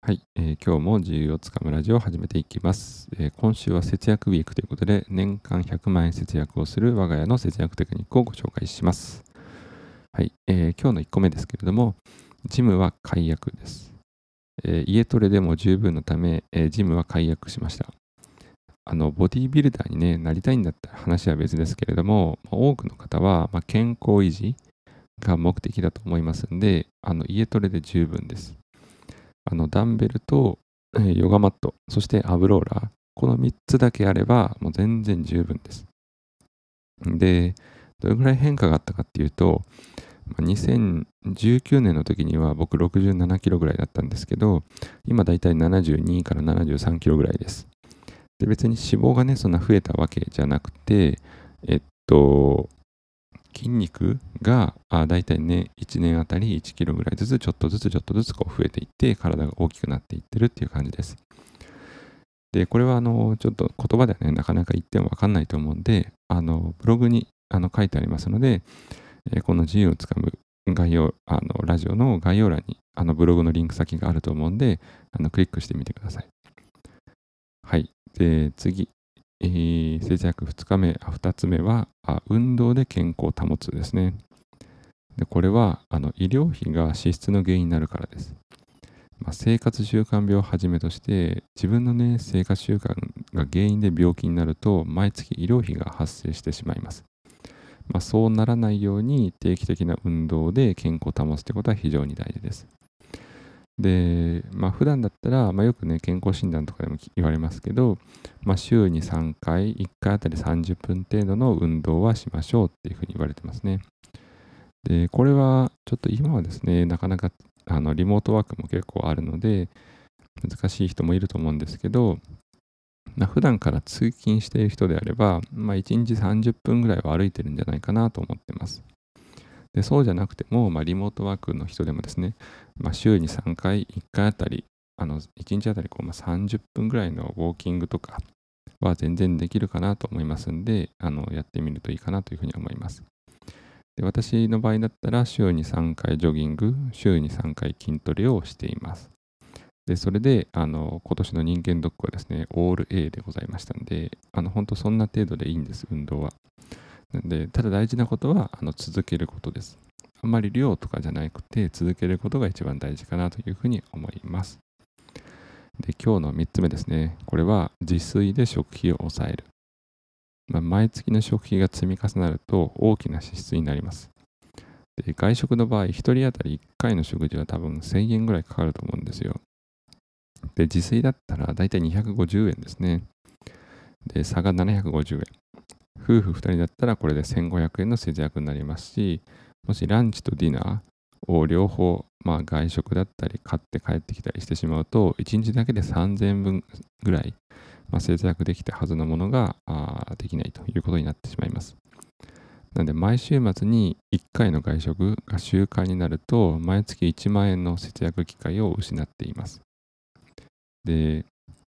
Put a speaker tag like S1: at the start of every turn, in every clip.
S1: はい、今日も自由をつかむラジオを始めていきます。今週は節約ウィークということで、年間100万円節約をする我が家の節約テクニックをご紹介します。はい、今日の1個目ですけれども、ジムは解約です。家トレでも十分のため、ジムは解約しました。ボディービルダーに、なりたいんだったら話は別ですけれども、多くの方は、健康維持が目的だと思いますんで、家トレで十分です。ダンベルと、ヨガマット、そしてアブローラー、この3つだけあれば、もう全然十分です。で、どれぐらい変化があったかっていうと、2019年の時には僕67キロぐらいだったんですけど、今だいたい72から73キロぐらいです。で、別に脂肪がね、そんな増えたわけじゃなくて、えっと、筋肉がだいたいね、1年あたり1キロぐらいずつ、ちょっとずつこう増えていって、体が大きくなっていってるっていう感じです。で、これはちょっと言葉ではね、なかなか言ってもわかんないと思うんで、ブログに書いてありますので、この自由をつかむ概要、ラジオの概要欄にブログのリンク先があると思うんで、クリックしてみてください。はい。で、次。節約2日目、2つ目は、運動で健康を保つですね。で、これは、医療費が支出の原因になるからです。生活習慣病をはじめとして、自分のね、生活習慣が原因で病気になると、毎月医療費が発生してしまいます。そうならないように定期的な運動で健康を保つということは非常に大事です。で、普段だったら、よくね、健康診断とかでも言われますけど、週に3回、1回あたり30分程度の運動はしましょうっていうふうに言われてますね。で、これはちょっと今はですね、なかなかリモートワークも結構あるので、難しい人もいると思うんですけど、普段から通勤している人であれば、1日30分ぐらいは歩いてるんじゃないかなと思ってます。で、そうじゃなくても、リモートワークの人でもですね、週に3回、1回あたり、1日あたり30分ぐらいのウォーキングとかは全然できるかなと思いますんで、やってみるといいかなというふうに思います。で、私の場合だったら、週に3回ジョギング、週に3回筋トレをしています。で、それで、今年の人間ドックはですね、オール A でございましたんで、本当そんな程度でいいんです、運動は。なんで、ただ大事なことは、続けることです。あんまり量とかじゃなくて、続けることが一番大事かなというふうに思います。で、今日の3つ目ですね。これは、自炊で食費を抑える。毎月の食費が積み重なると大きな支出になります。で、外食の場合、1人当たり1回の食事は多分1000円ぐらいかかると思うんですよ。で、自炊だったらだいたい250円ですね。で、差が750円。夫婦2人だったらこれで1500円の節約になりますし、もしランチとディナーを両方、外食だったり買って帰ってきたりしてしまうと、1日だけで3000円分ぐらい、節約できたはずのものができないということになってしまいます。なので、毎週末に1回の外食が習慣になると、毎月1万円の節約機会を失っています。で、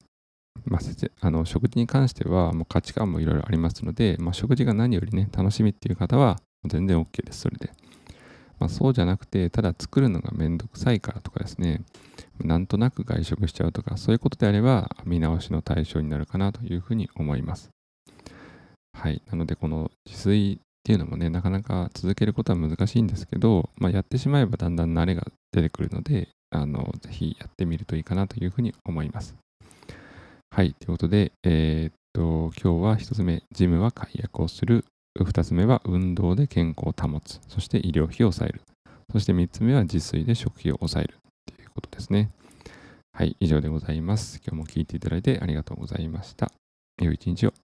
S1: 食事に関してはもう価値観もいろいろありますので、食事が何よりね、楽しみっていう方は全然 OK です、それで。そうじゃなくて、ただ作るのがめんどくさいからとかですね、なんとなく外食しちゃうとか、そういうことであれば、見直しの対象になるかなというふうに思います。はい。なので、この自炊っていうのもね、なかなか続けることは難しいんですけど、やってしまえばだんだん慣れが出てくるので、ぜひやってみるといいかなというふうに思います。はい。ということで、今日は1つ目、ジムは解約をする。2つ目は運動で健康を保つ。そして医療費を抑える。そして3つ目は自炊で食費を抑える。ということですね。はい。以上でございます。今日も聞いていただいてありがとうございました。良い一日を。